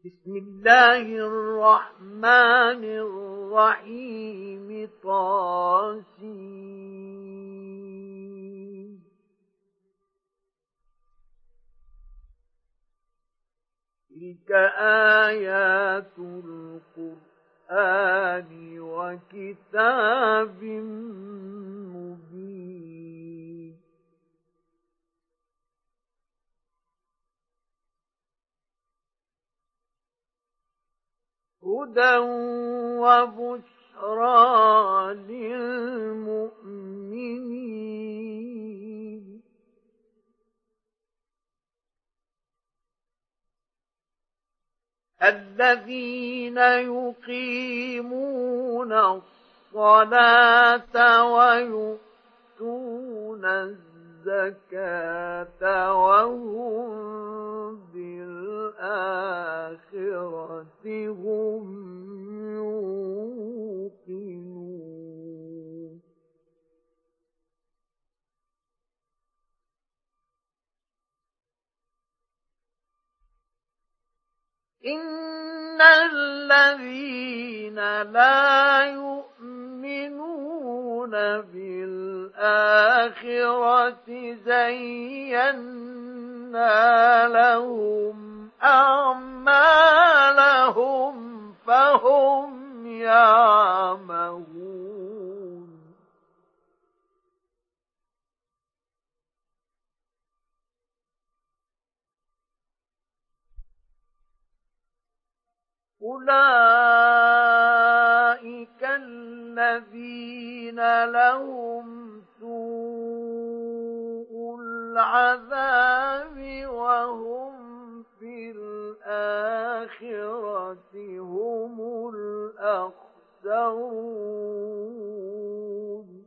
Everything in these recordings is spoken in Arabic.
بسم الله الرحمن الرحيم طاسين تلك آيات القرآن وكتاب مبين هدى وبشرى للمؤمنين الذين يقيمون الصلاة ويؤتون الزكاة وهم بالآخرة هم يوقنون إن الذين لا يؤمنون بالآخرة زينا لهم أعمالهم فهم يعمهون أولئك الذين لهم سوء العذاب وهم في الآخرة هم الأخسرون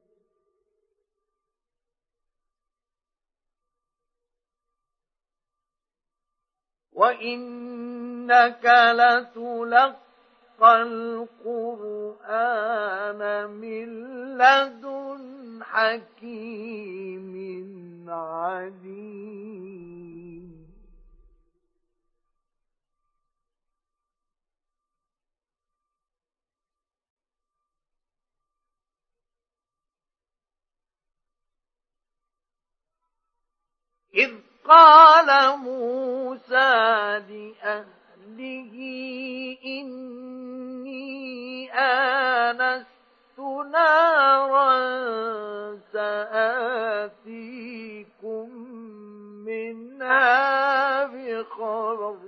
وإنك لتلقى القرآن من لدن حكيم عليم إذ قال موسى لأهله إني آنست نارا سآتيكم منها بخبر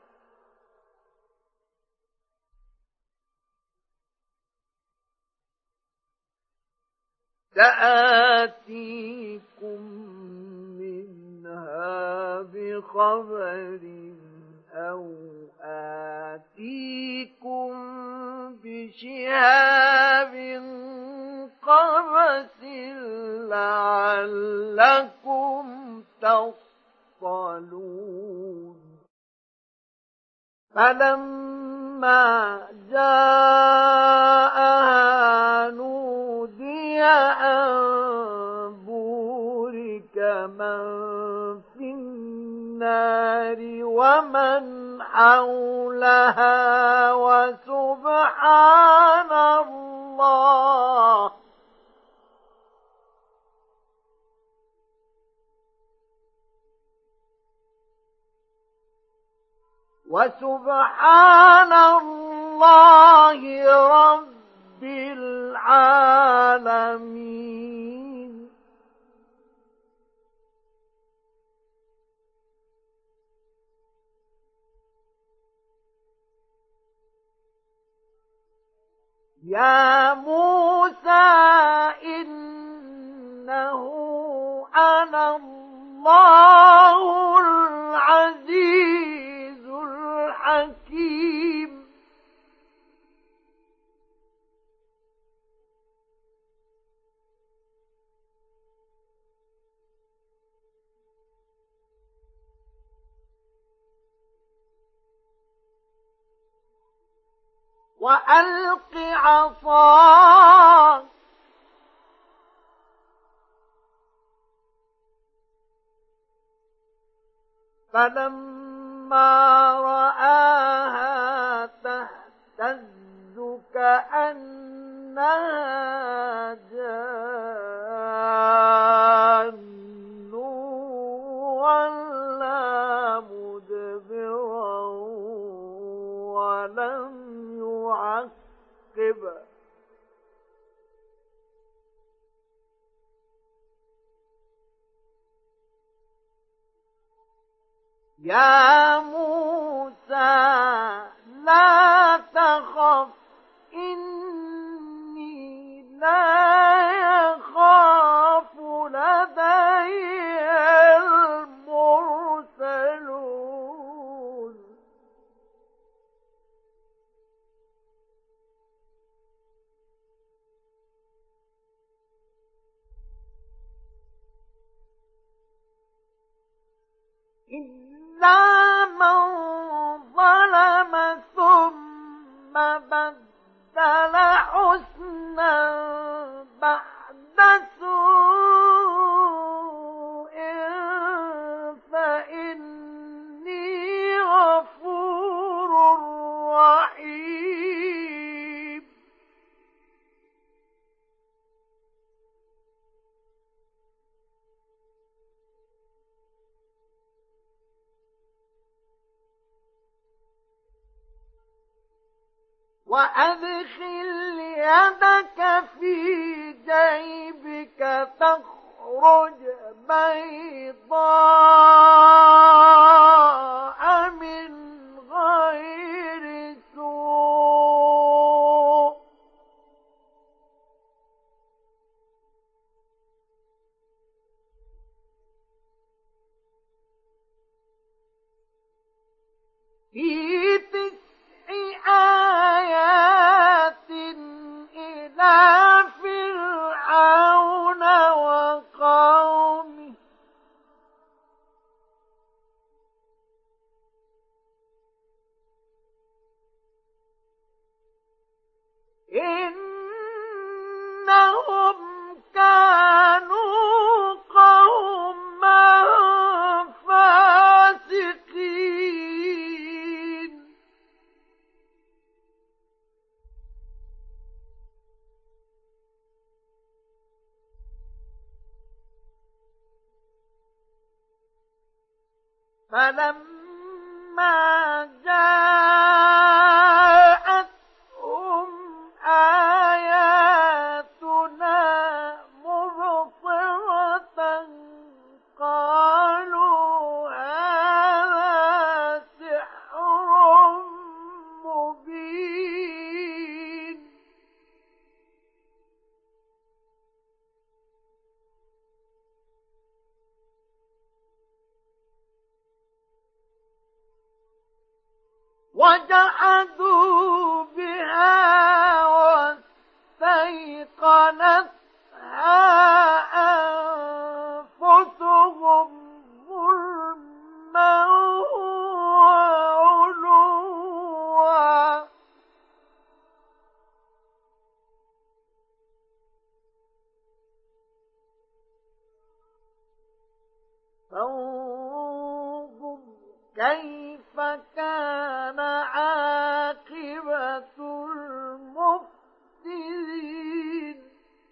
أو آتيكم بشهاب قبس لعلكم تصطلون فلما جاءها نودي أن بورك من في النار ومن حولها وسبحان الله رب العالمين يا موسى إنه أنا الله العزيز الحكيم وألق عصاك فلما رآها تهتز كأنها جان ولا مدبرا ولم يعقب يا موسى لا تخف إني لا يخاف لدي المرسلون إلا من ظلم ثم بدل حسنا بعد سوء فإني غفور رحيم وأدخل يدك في جيبك تخرج بيضاء من غير سوء في 9 آيات إلى فرعون وقومه إنهم كانوا قوما فاسقين فلما جاءتهم آياتنا مبصرة قالوا هذا سحر مبين وجحدوا بها واستيقنتها أنفسهم ظلما وعلوا فانظر كيف كان عاقبة المفسدين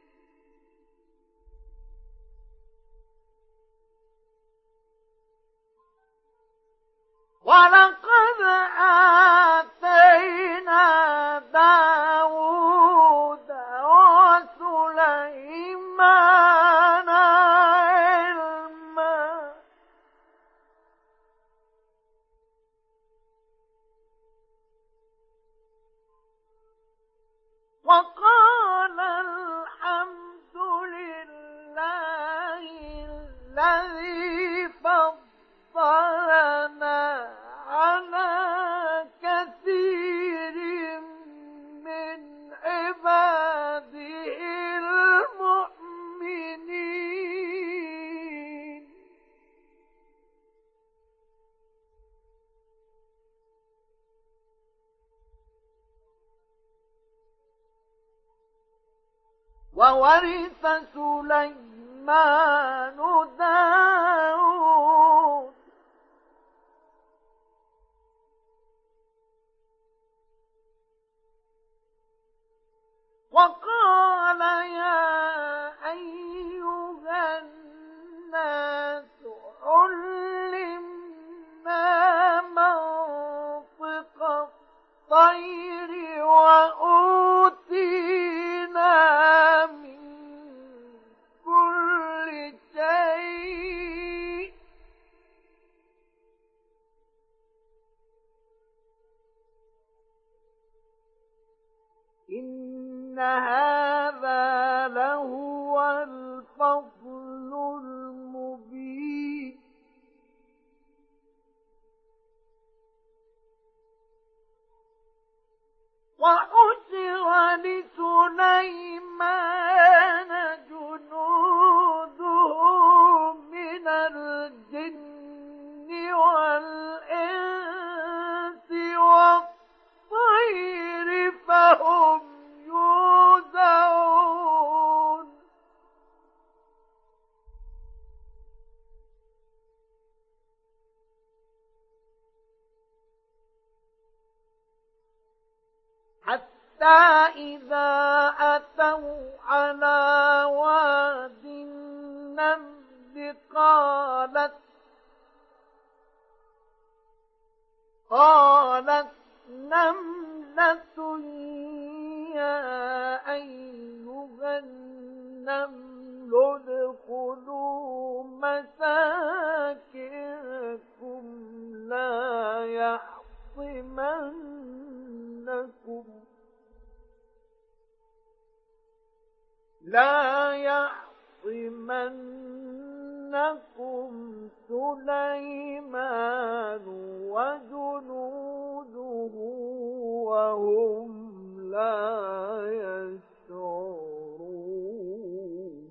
ولقد آتينا داود وسليمان علما وقال الحمد لله الذي فضلنا على كثير من عباده المؤمنين وورث سليمان داود وقال يا أيها الناس علمنا منطق الطير وأوتينا من كل شيء إن هذا لهو الفضل المبين وحشر لسليمان جنوده من الجن والإنس والطير فهم يوزعون حتى إذا أتوا على واد النمل قالت نملة يا أيها النمل ادخلوا مساكنكم لا يحطمنكم سليمان وجنوده وهم لا يشعرون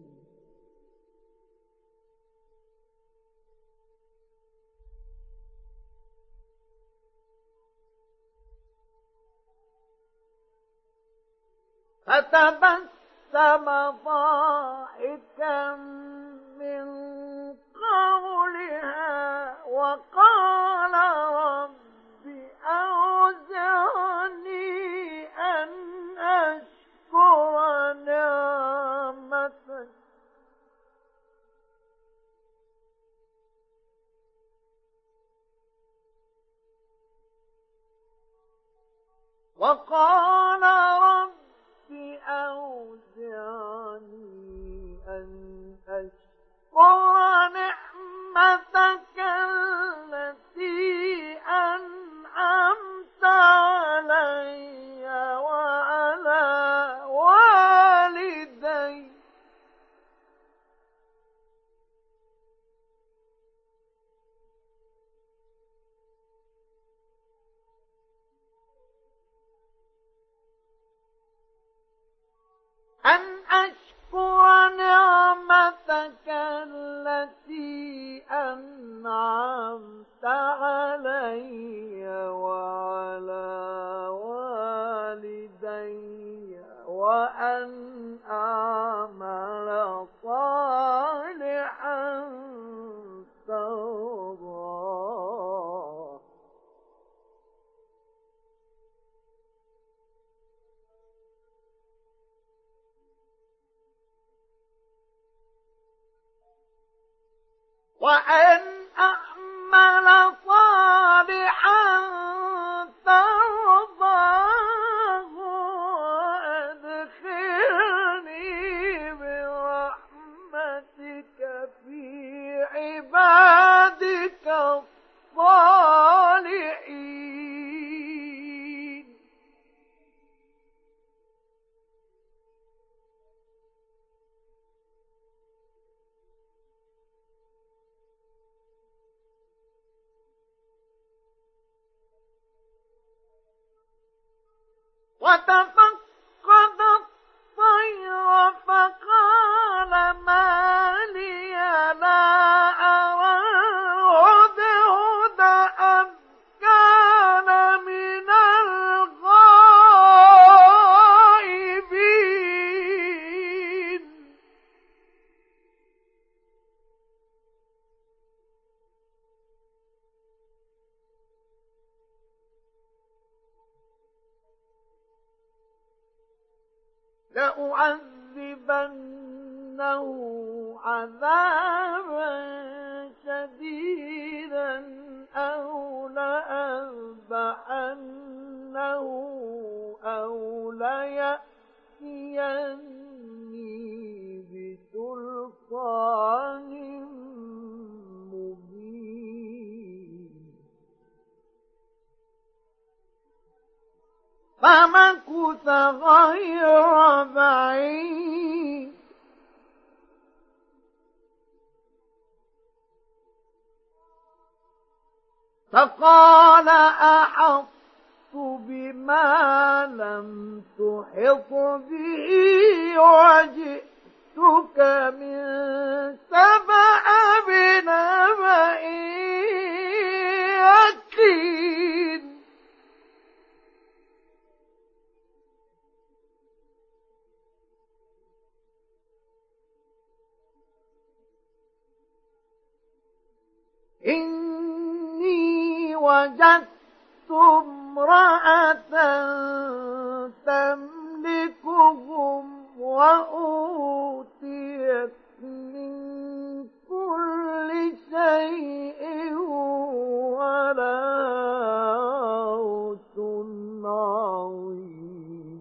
فتبسم ضاحكا من قولها وقال رب أوزعني أن أشكر نعمتك وقال رب أوزعني أن أشكر نعمتك التي أنعمت علي وعلى والدي أن أشكر نعمتك التي أنعمت علي وعلى والدي وأن أعمل صالحا ترضاه وأن أعمل صالحا ترضاه وأدخلني برحمتك في عبادك الصالحين وتفقد الطير فقال ما لي لا أرى الهدهد أم كان من الغائبين لأعذبنه عذابا شديدا أو لأذبحنه أو ليأتيني بسلطان مبين. فمكث غير بعيد فقال أحطت بما لم تحط به وجئتك من سبأ بنبأ يقين. إني وجدت امرأة تملكهم وأوتيت من كل شيء ولها عرش عظيم.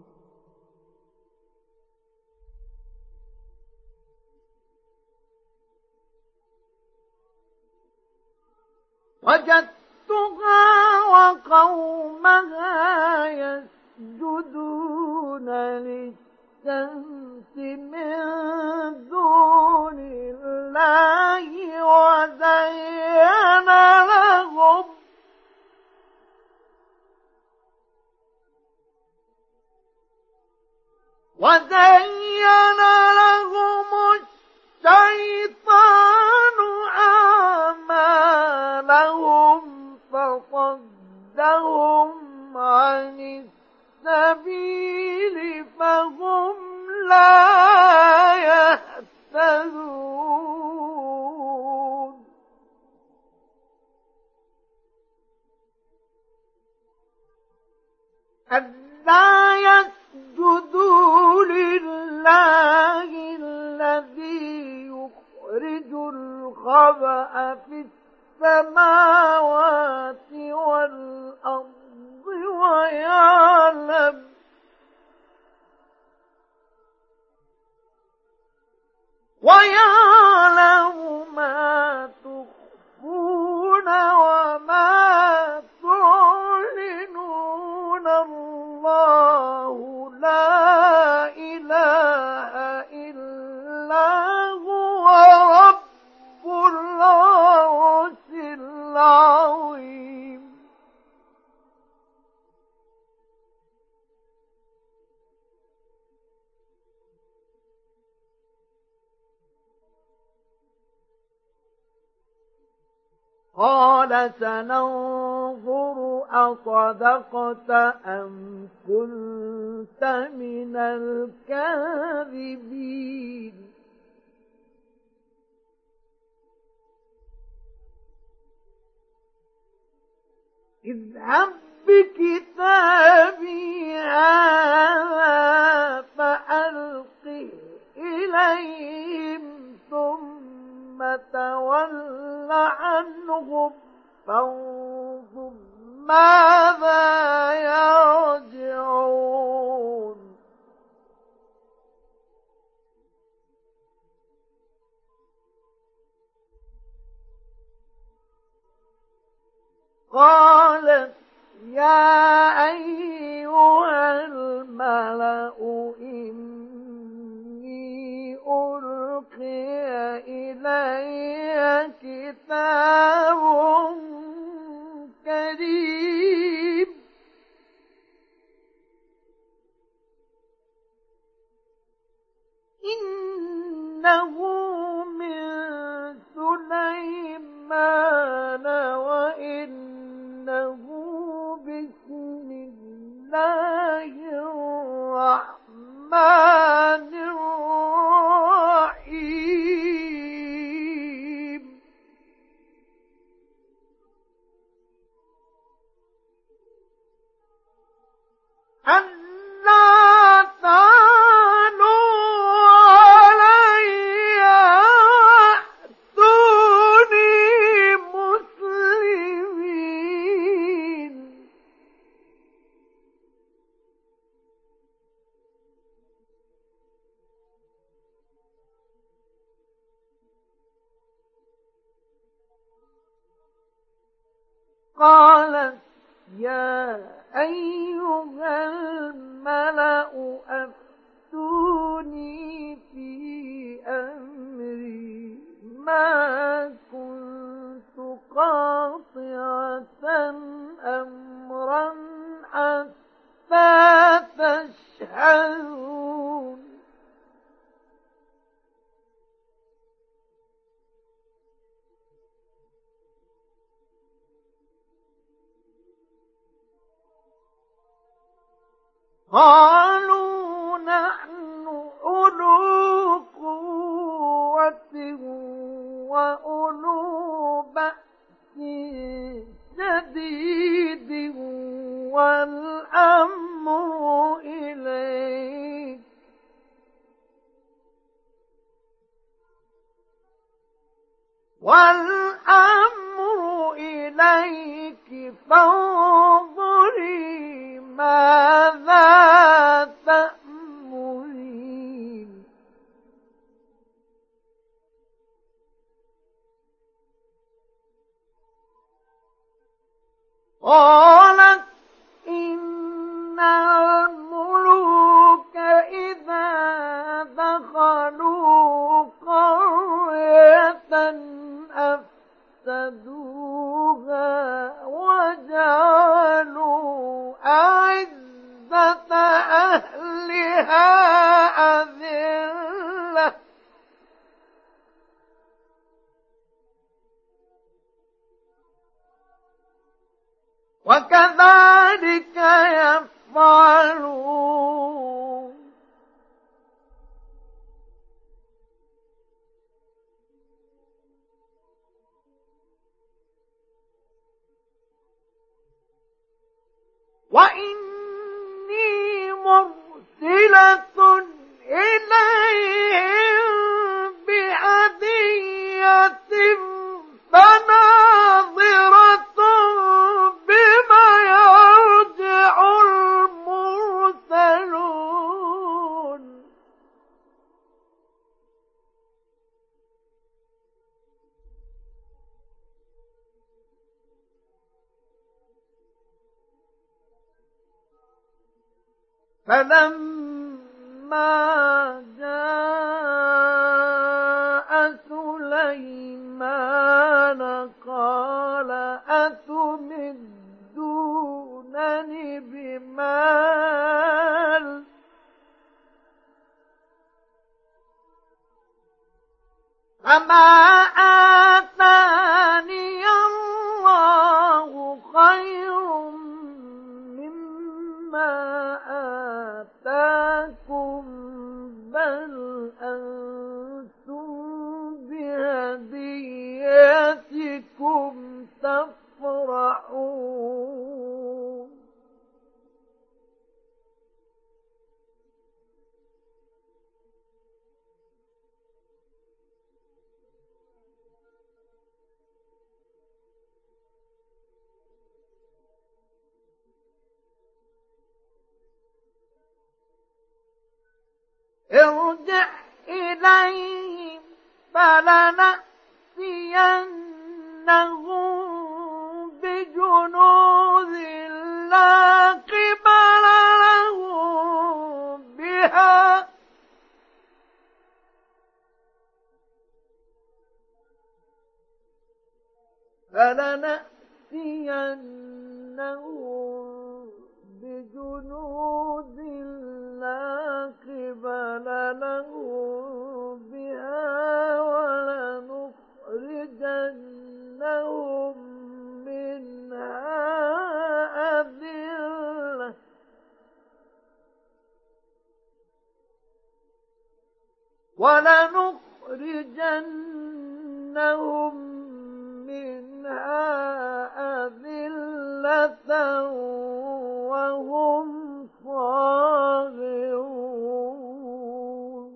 وجدتها وقومها يسجدون للشمس من دون الله وزين لهم الشيطان أعمالهم فصدهم عن السبيل فهم لا يهتدون. ألا يسجدوا لله الذي يخرج الخبأ في السماوات والأرض ويعلم ما تخفون وما تعلنون. الله لا إله إلا هو رب العرش العظيم. قال سننظر أصدقت أم كنت من الكاذبين. اذهب بكتابي هذا فألقه إليهم ثم تول عنهم فانظر ماذا يرجعون. قالت يا أيها الملأ إني ألقي إلي كتاب كريم إنه من سليمان وإنه بسم الله الرحمن الرحيم. ألا تعلوا قالت يا أيها الملأ أفتوني في أمري ما كنت قاطعة أمرا حتى تشهدون قالوا نحن أولو قوة وأولو بأس شديد والأمر إليك فانظري ماذا تأمرين قالت إن الملوك إذا دخلوا قرية أفسدوها وجعلوا أعزة أهلها أذلة وكذلك يفعلون وإني مرسلة إليهم بهدية فناظرة بما يرجع المرسلون فلما جاء سليمان قال أتمدونني بمال فما آتاني الله خير مما آتاكم بل أنتم بهديتكم تفرحون ارجع إليهم فلنأتينهم بجنود لا قبل لهم بها لا قبل لهم بها ولنخرجنهم منها أذلة وهم صاغرون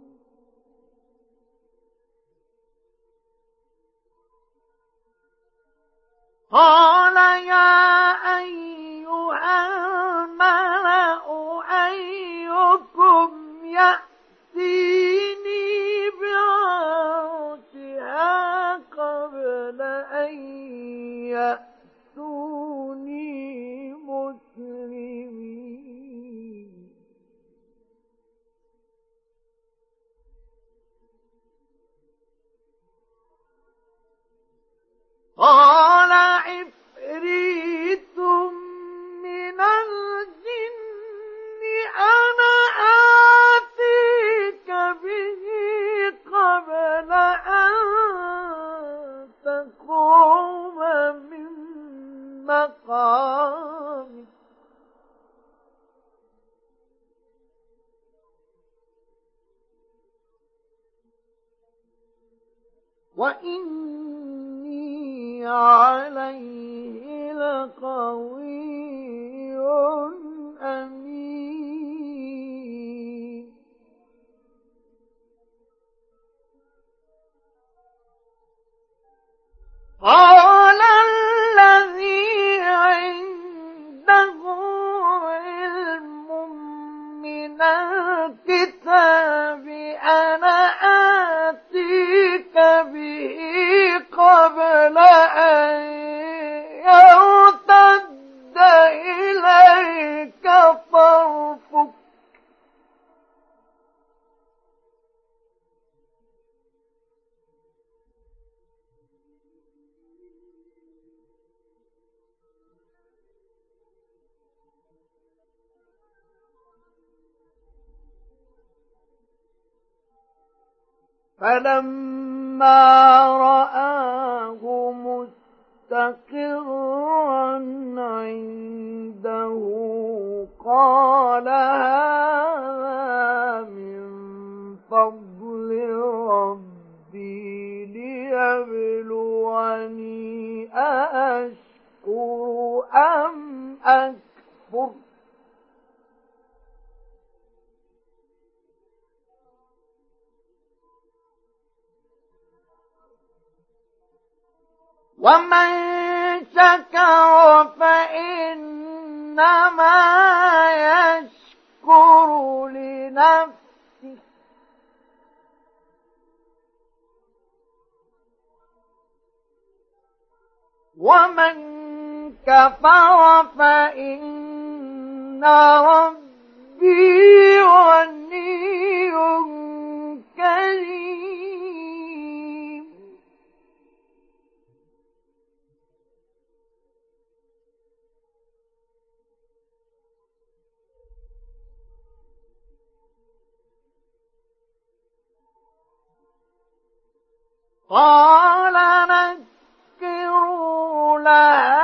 قال يا أيها الملأ أيكم يأتيني بعرشها قبل أن يأتون الحرام وإني عليه لقوي أمين قال الذي عنده علم من الكتاب أنا آتيك به قبل أن يرتد إليك طرفك فلما رآه مستقرا عنده قال هذا من فضل ربي ليبلوني أأشكر أم أكفر ومن شكر فإنما يشكر لنفسه ومن كفر فإن ربي غني كريم قال نكروا لها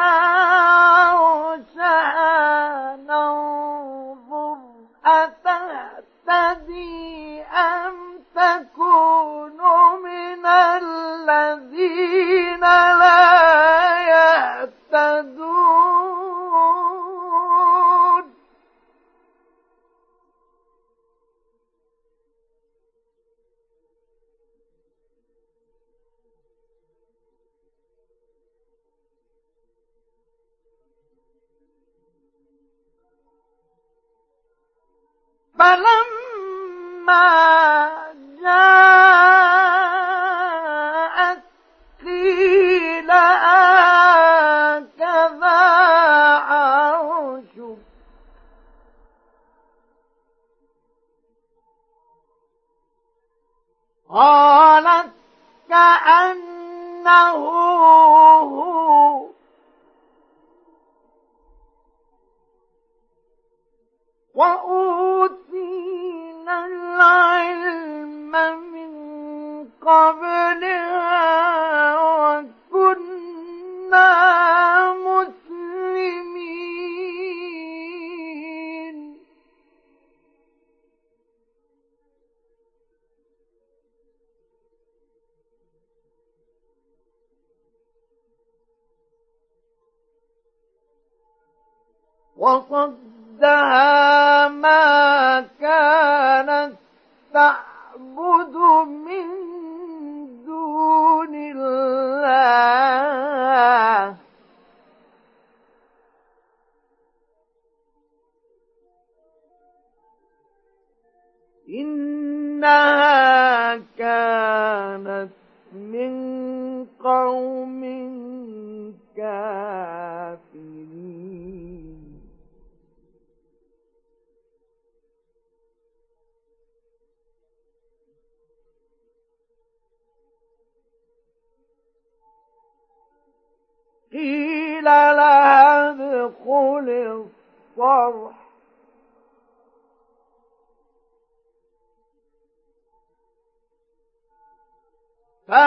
عرشها ننظر أتهتدي أم تكون من الذين لا يهتدون فلما جاءت قيل هكذا عرشك قالت كأنه هو وأوتينا العلم من قبلها وكنا مسلمين وصدها ما كانت تعبد من دون الله إنها كانت من قوم كافرين قيل لها ادخل الصرح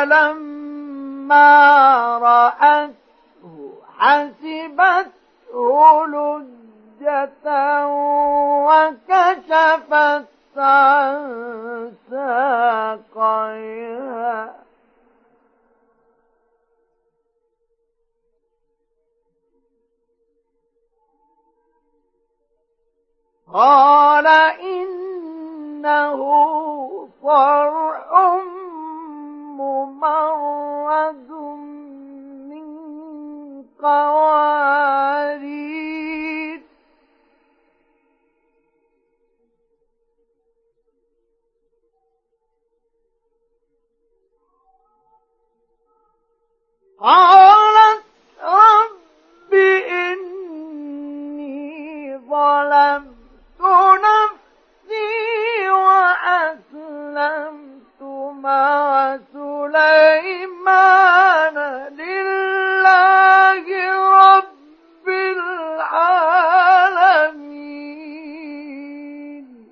فلما رأته حسبته قال إنه صرح ممرد من قوارير قالت رب إني ظلمت نفسي وأسلمت مع سليمان لله رب العالمين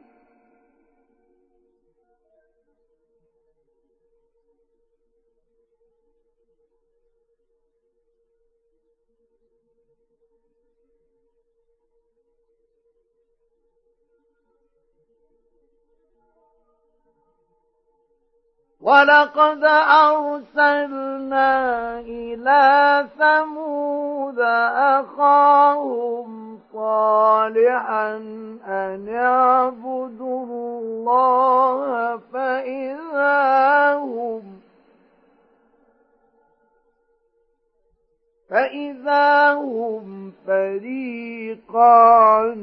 ولقد أرسلنا إلى ثمود أخاهم صالحا أن اعبدوا الله فإذا هم فريقان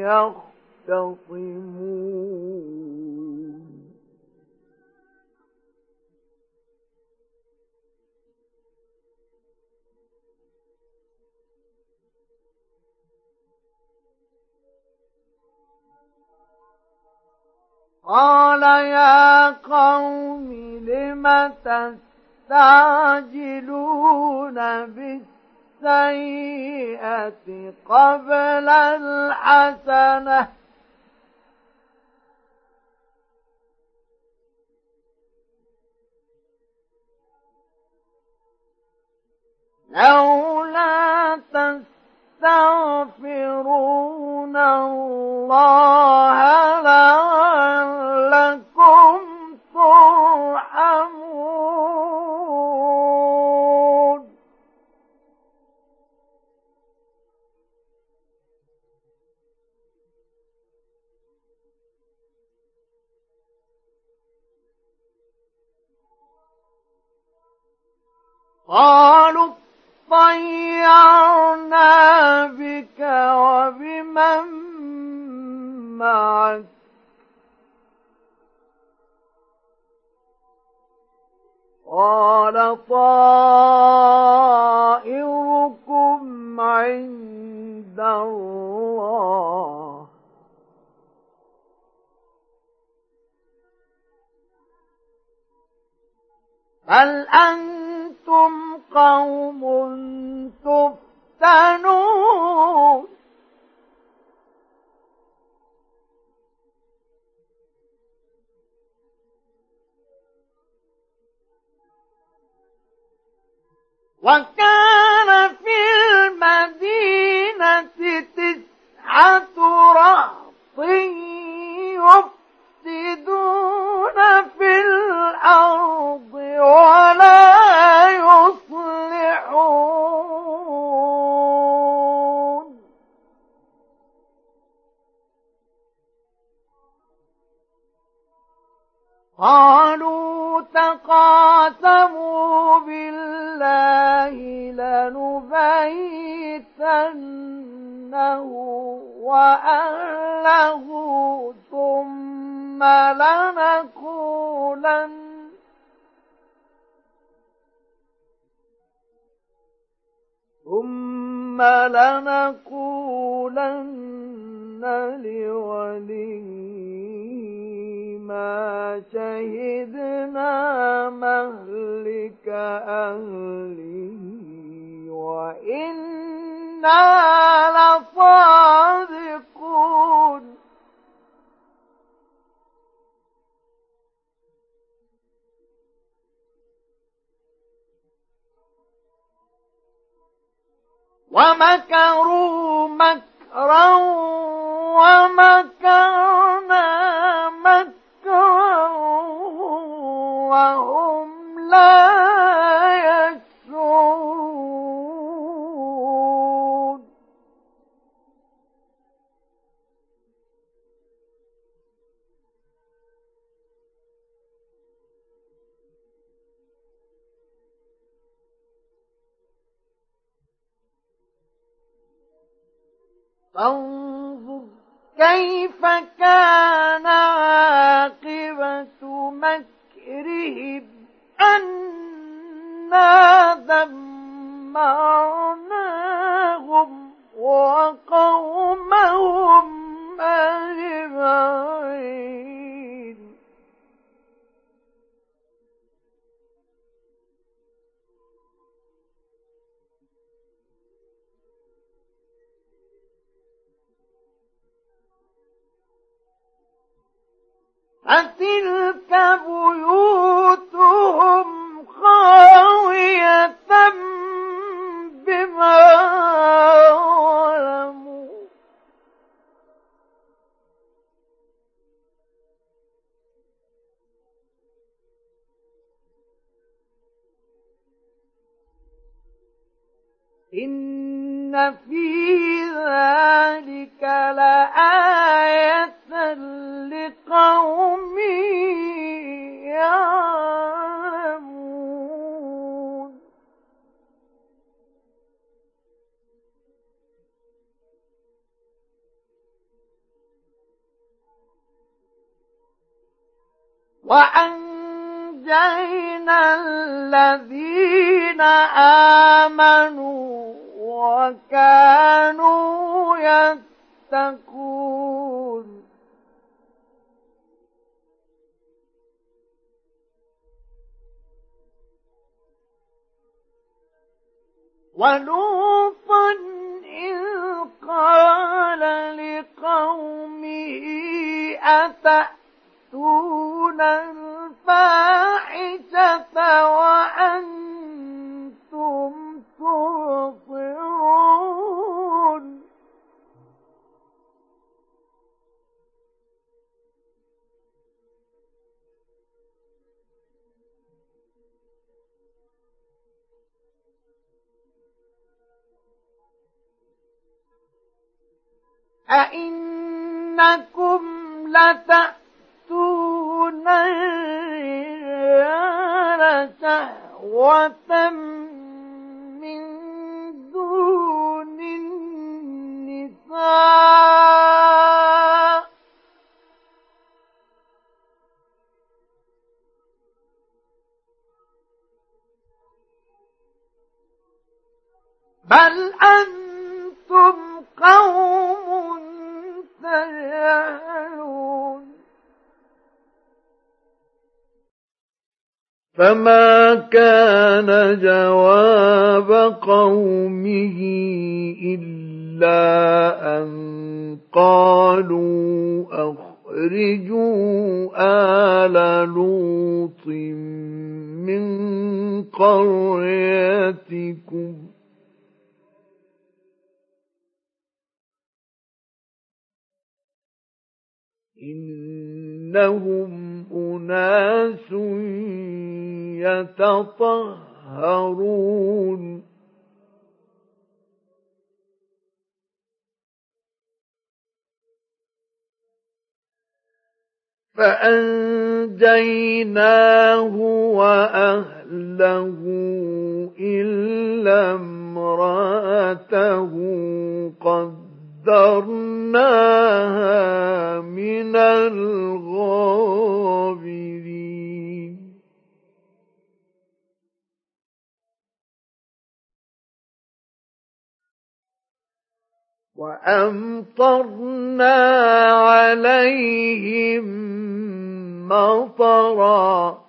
يختصمون قال يا قوم لم تستعجلون بالسيئة قبل الحسنة لولا تستغفرون الله لعلكم ترحمون قالوا طيرنا بك وبمن معك قال طائركم عند الله بل أنتم قوم تفتنون وكان في المدينة 9 رهط يفسدون في الأرض ولا يصلحون قالوا تقاسموا بالله لنبيتنه وأهله ثم لنقولن لوليه ما شهدنا مهلك أهله وإنا لصادقون ومكروا مكرا ومكرنا مكرا وهم لا يشعرون فانظر كيف كان عاقبة مكرهم أنا دمرناهم وقومهم أجمعين. فتلك بيوتهم خاوية بما ظلموا إن في ذلك لآية لقوم يعلمون. وأنجينا الذين آمنوا وكانوا يتقون. ولوطا إذ قال لقومه أتأتون الفاحشة وأنتم تبصرون أئنكم لتأتون الرجال شهوة من دون النساء بل أنتم قوم تجهلون. فما كان جواب قومه إلا أن قالوا أخرجوا آل لوط من قريتكم إنهم أناس يتطهرون. فأنجيناه وأهله إلا امرأته قدرناها من الغابرين. وأمطرنا عليهم مطرا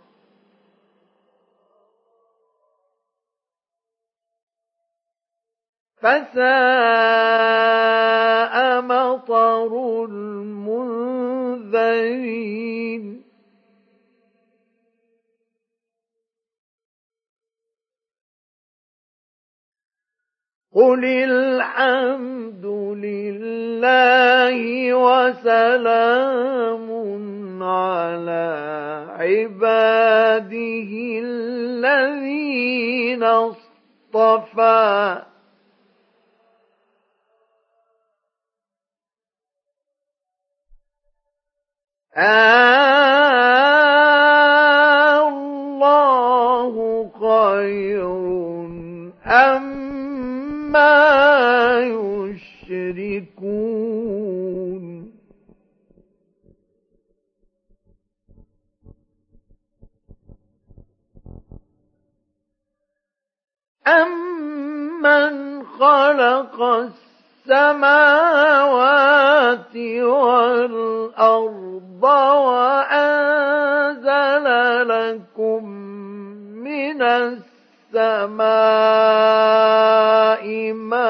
فساء مطر المنذرين. قل الحمد لله وسلام على عباده الذين اصطفى الله خير أما يشركون. يشركون أَمَّنْ خَلَقَ السَّمَاوَاتِ وَالْأَرْضَ وَأَنزَلَ لَكُم مِّنَ السَّمَاءِ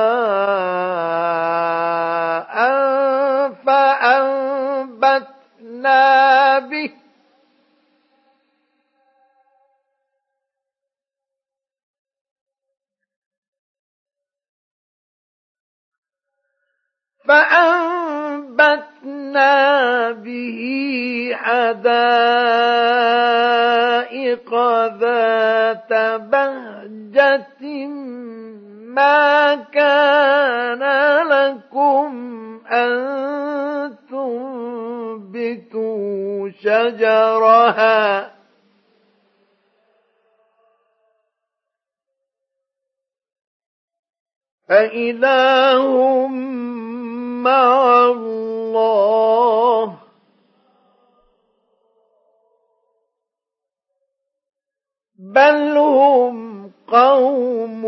مَاءً فأنبتنا به حدائق ذات بهجة ما كان لكم أن تنبتوا شجرها أإله مع الله بل هم قوم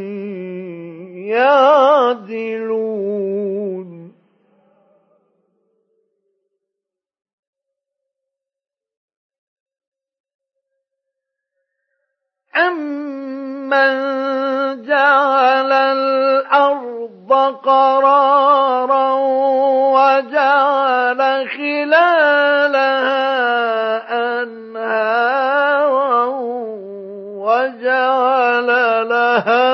يعدلون أَمَّنْ جَعَلَ الْأَرْضَ قَرَارًا وَجَعَلَ خِلَالَهَا أَنْهَارًا وَجَعَلَ لَهَا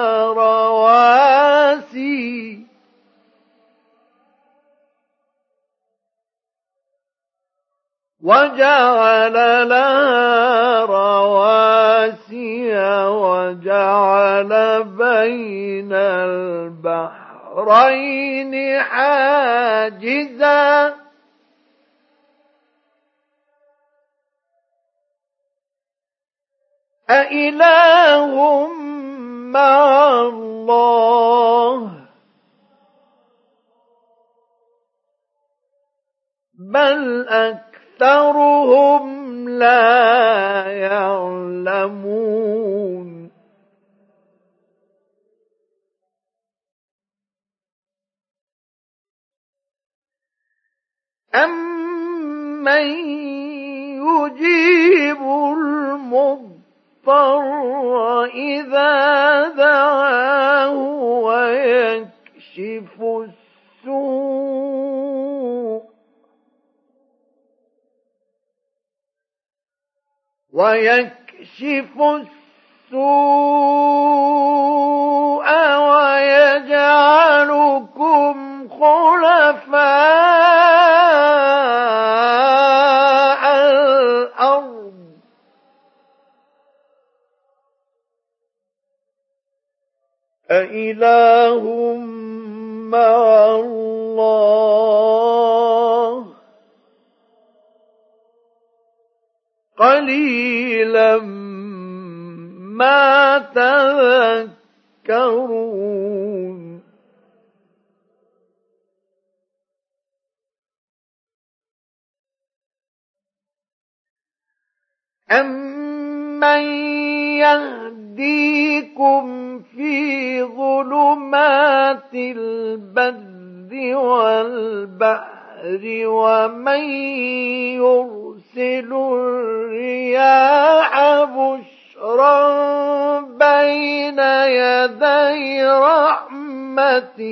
رواسي وجعل بين البحرين حاجزا أإله مع الله بل أكثرهم لا يعلمون أَمَّن يُجِيبُ المضطر إذا دعاه ويكشف السوء ويجعلكم خلفاء الأرض أإله مع الله قليلا ما تذكرون أَمَّن يهديكم في ظلمات البر والبحر ومن يرسل الرياح بشرا بين يدي رحمته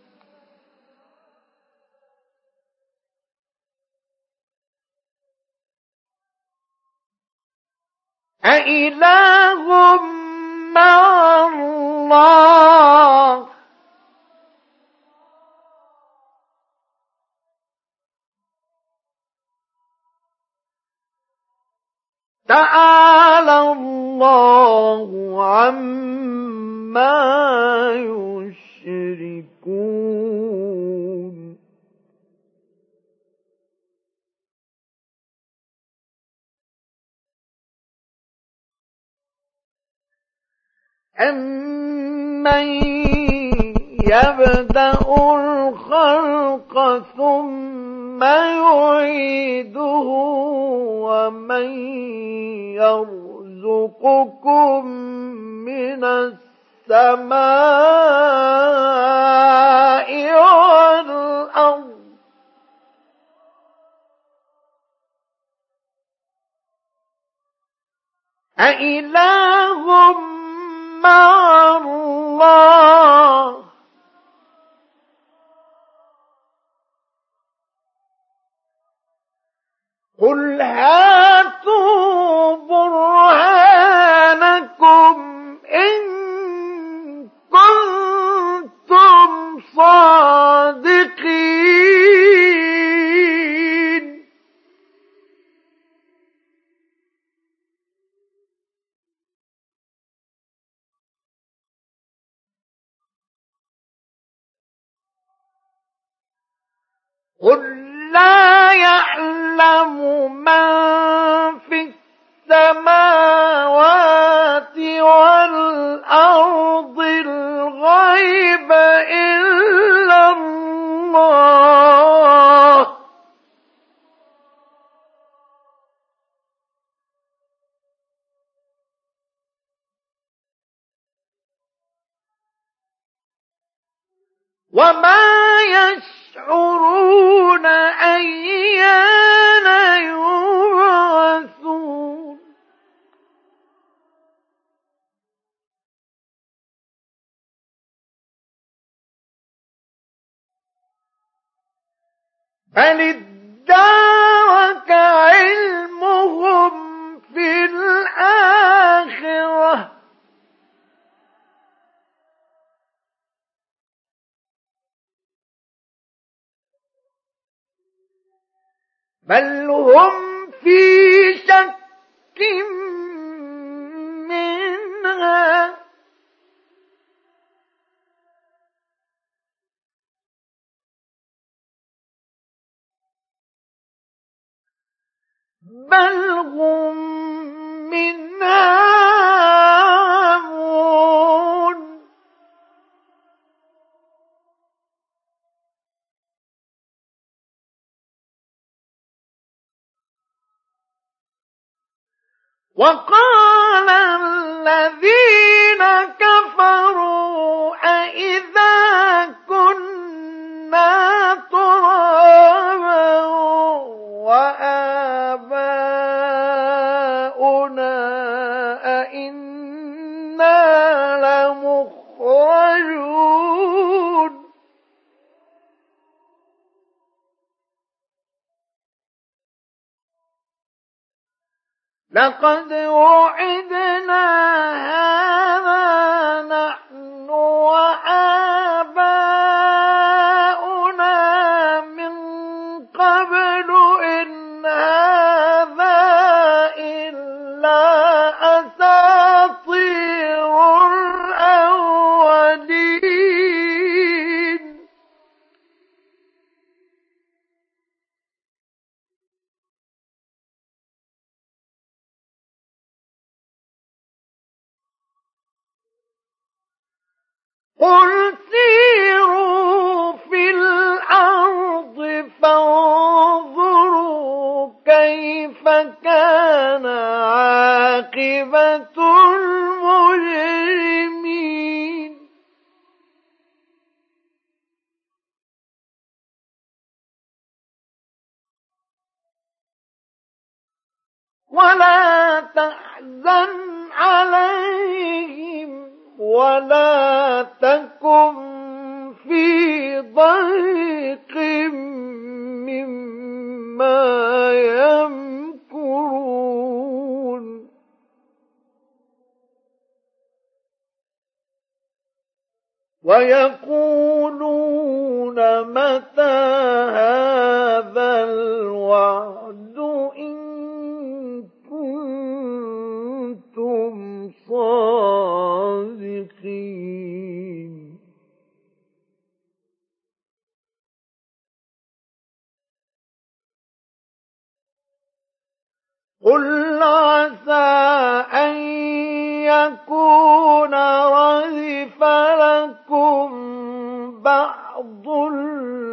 أإله مع الله تعالى الله عما يشركون أَمَّن يبدأ الخلق ثم يعيده ومن يرزقكم من السماء والأرض أإله مع الله قل هاتوا برهانكم إن كنتم صادقين قل لا يعلم من في السماوات والأرض الغيب إلا الله وما يشعرون أيان يبعثون بل ادارك علمهم في الآخرة بل هم في شك منها بل هم منها عمون وقال الذين كفروا أإذا كنا ترابا وآباؤنا أئنا لمخرجون لقد وعدنا هذا نحن وآباؤنا من قبل إن هذا إلا أساطير الأولين قل سيروا في الأرض فانظروا كيف كان عاقبة المجرمين ولا تحزن عليهم ولا تكن في ضيق مما يمكرون ويقولون متى هذا الوعد إن كنتم صادقين قل عسى أن يكون ردف لكم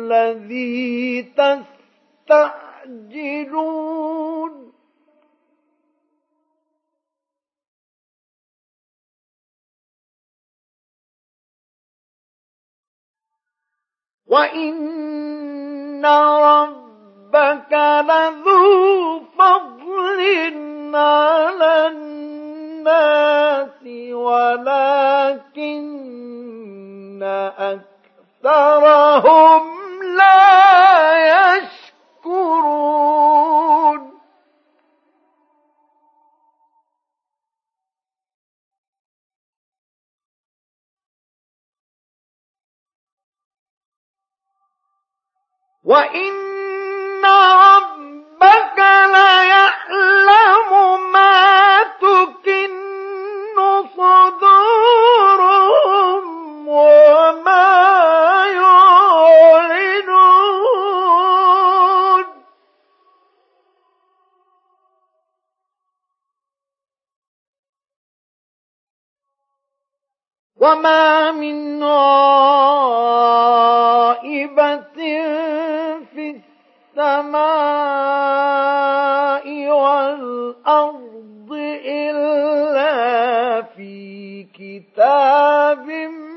الذي تستعجلون وإن ربك لذو فضل على الناس ولكن أكثرهم لا يشكرون وإن ربك ليعلم ما تكن صدورهم وما يعلنون وما من غائبة في السماء والأرض إلا في كتاب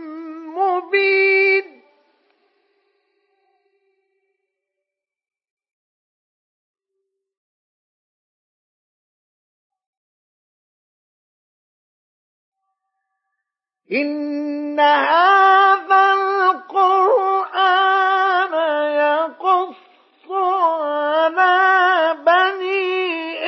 مبين إن هذا القرآن يقص على بني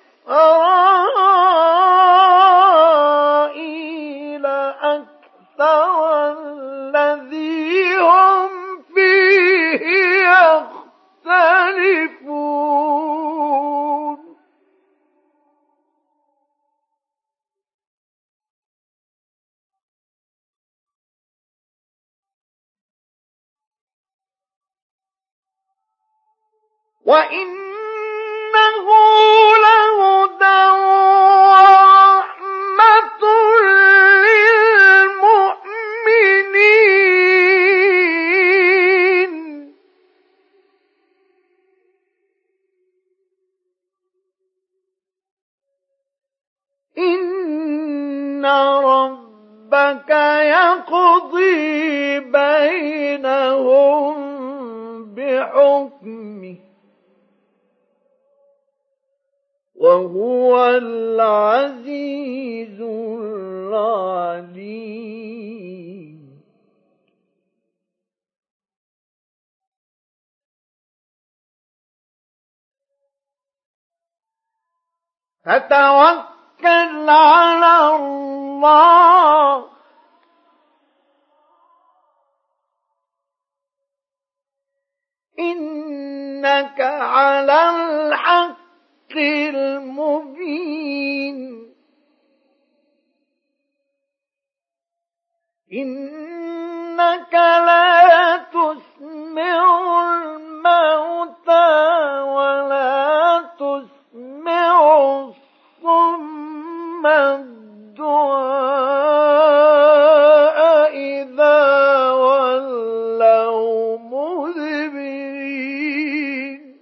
إسرائيل أكثر الذي هم فيه يختلفون وإنه لهدى ورحمة للمؤمنين إن ربك يقضي بينهم بحكمه وهو العزيز العليم فتوكل على الله إنك على الحق المبين إنك لا تسمع الموتى ولا تسمع الصم الدعاء إذا ولوا مدبرين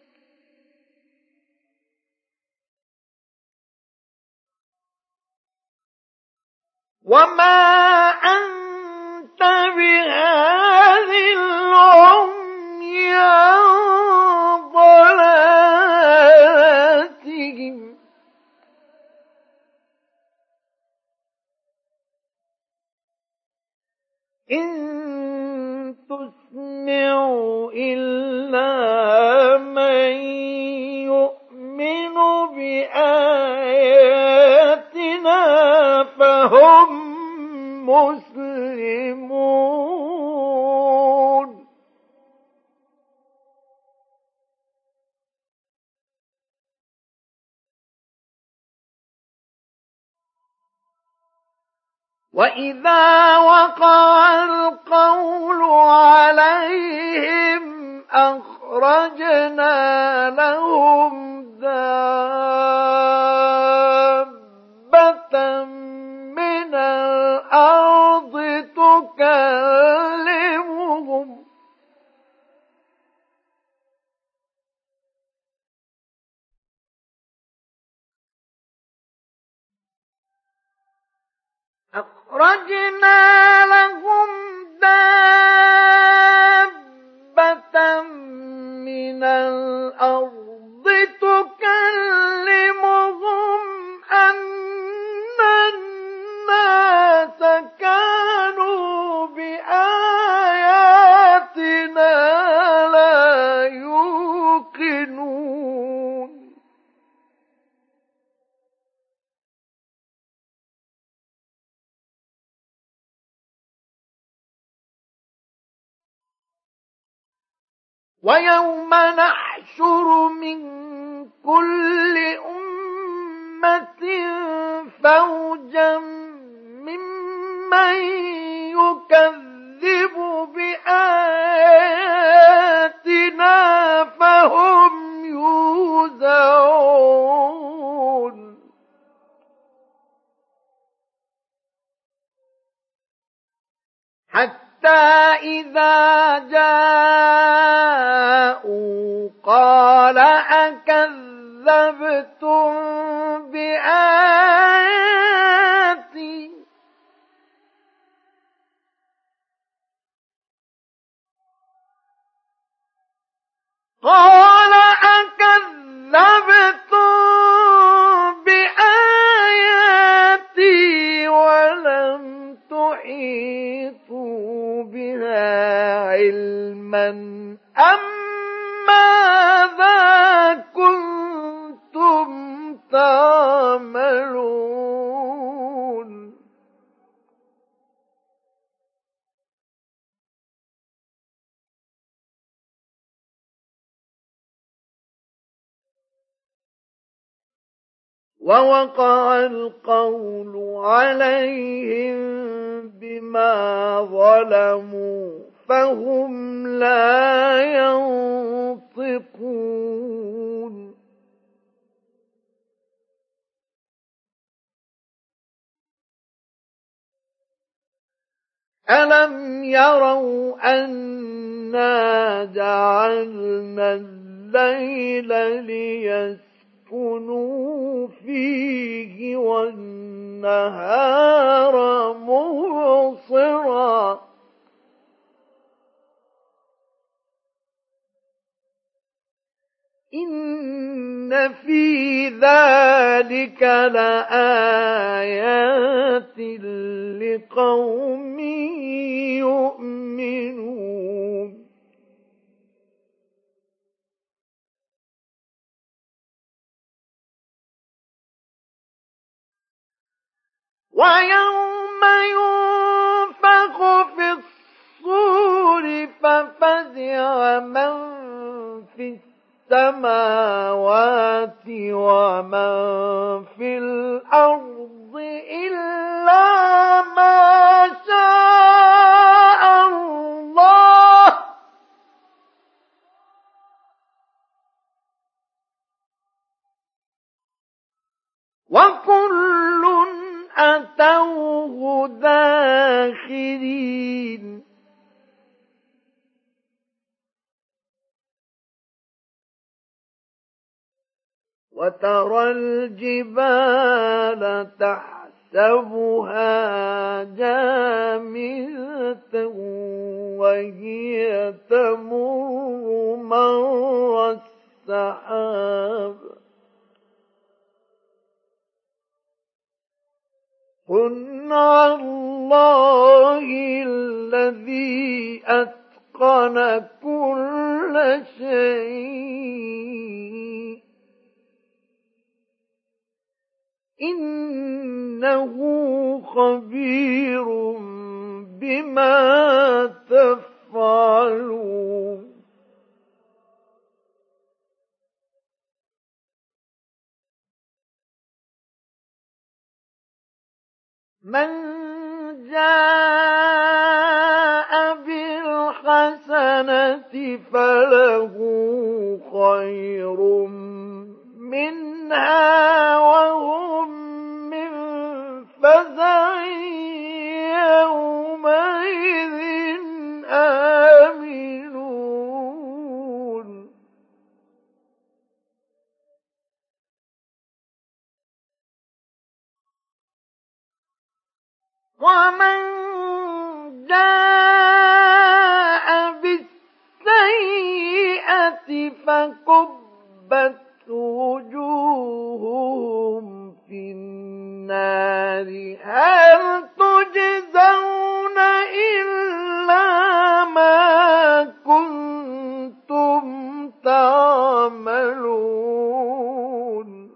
وما أنت بهاد العمي عن ضلالتهم إن تسمع إلا من يؤمن بآياتنا فهم مسلمون وإذا وقع القول عليهم أخرجنا لهم دابة من الأرض تكلمهم أخرجنا لهم دابة من الأرض تكلمهم أن الناس كانوا بآياتنا لا يوقنون ويوم نحشر من كل أمة فوجا ممن يكذب بآياتنا فهم يوزعون حتى إذا جاءوا قال أكذبتم بآياتي قال أكذبتم بآياتي ولم تحيطوا بها علما أم ماذا كنتم تعملون ووقع القول عليهم بما ظلموا فهم لا ينطقون ألم يروا أنا جعلنا الليل ليسكنوا فيه والنهار مبصرا إن في ذلك لآيات لقوم يؤمنون ويوم ينفخ في الصور ففزع من في السماوات ومن في الأرض إلا ما شاء الله وكل أتوه داخرين وترى الجبال تحسبها جامدة وهي تمر مر السحاب صنع الله الذي أتقن كل شيء إنه خبير بما تفعلون من جاء بالحسنة فله خير منها وهم من فزع يومئذ آمنون ومن جاء بالسيئة فكبت وجوههم في النار هل تجزون إلا ما كنتم تعملون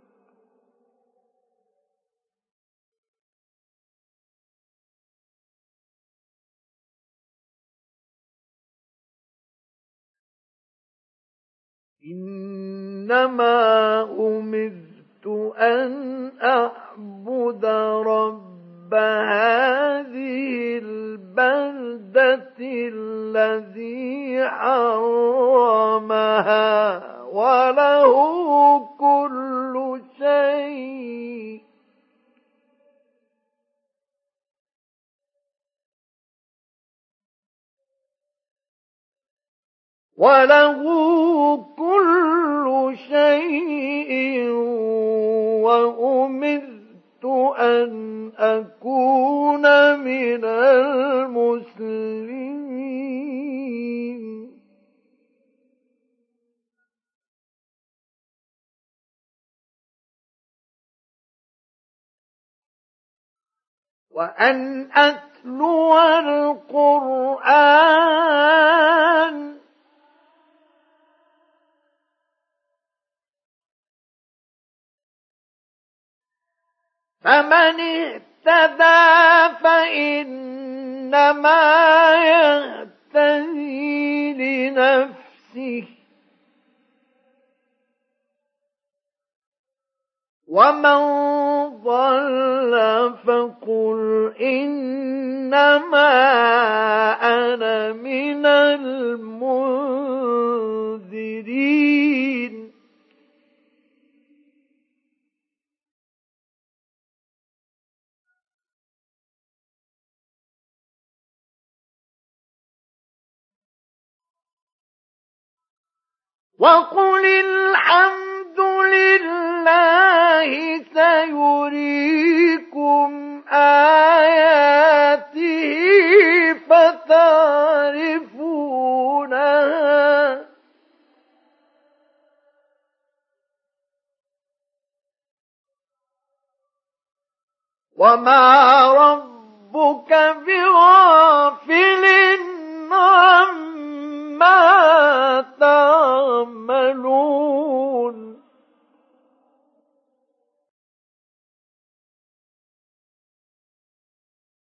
إنما أمرت أن أعبد رب هذه البلدة الذي حرمها وله كل شيء وأمرت أن أكون من المسلمين وأن أتلو القرآن فمن اهتدى فإنما يهتدي لنفسه ومن ضل فقل إنما أنا من المنذرين وقل الحمد لله سيريكم آياته فتعرفونها وما ربك بغافل عما تعملون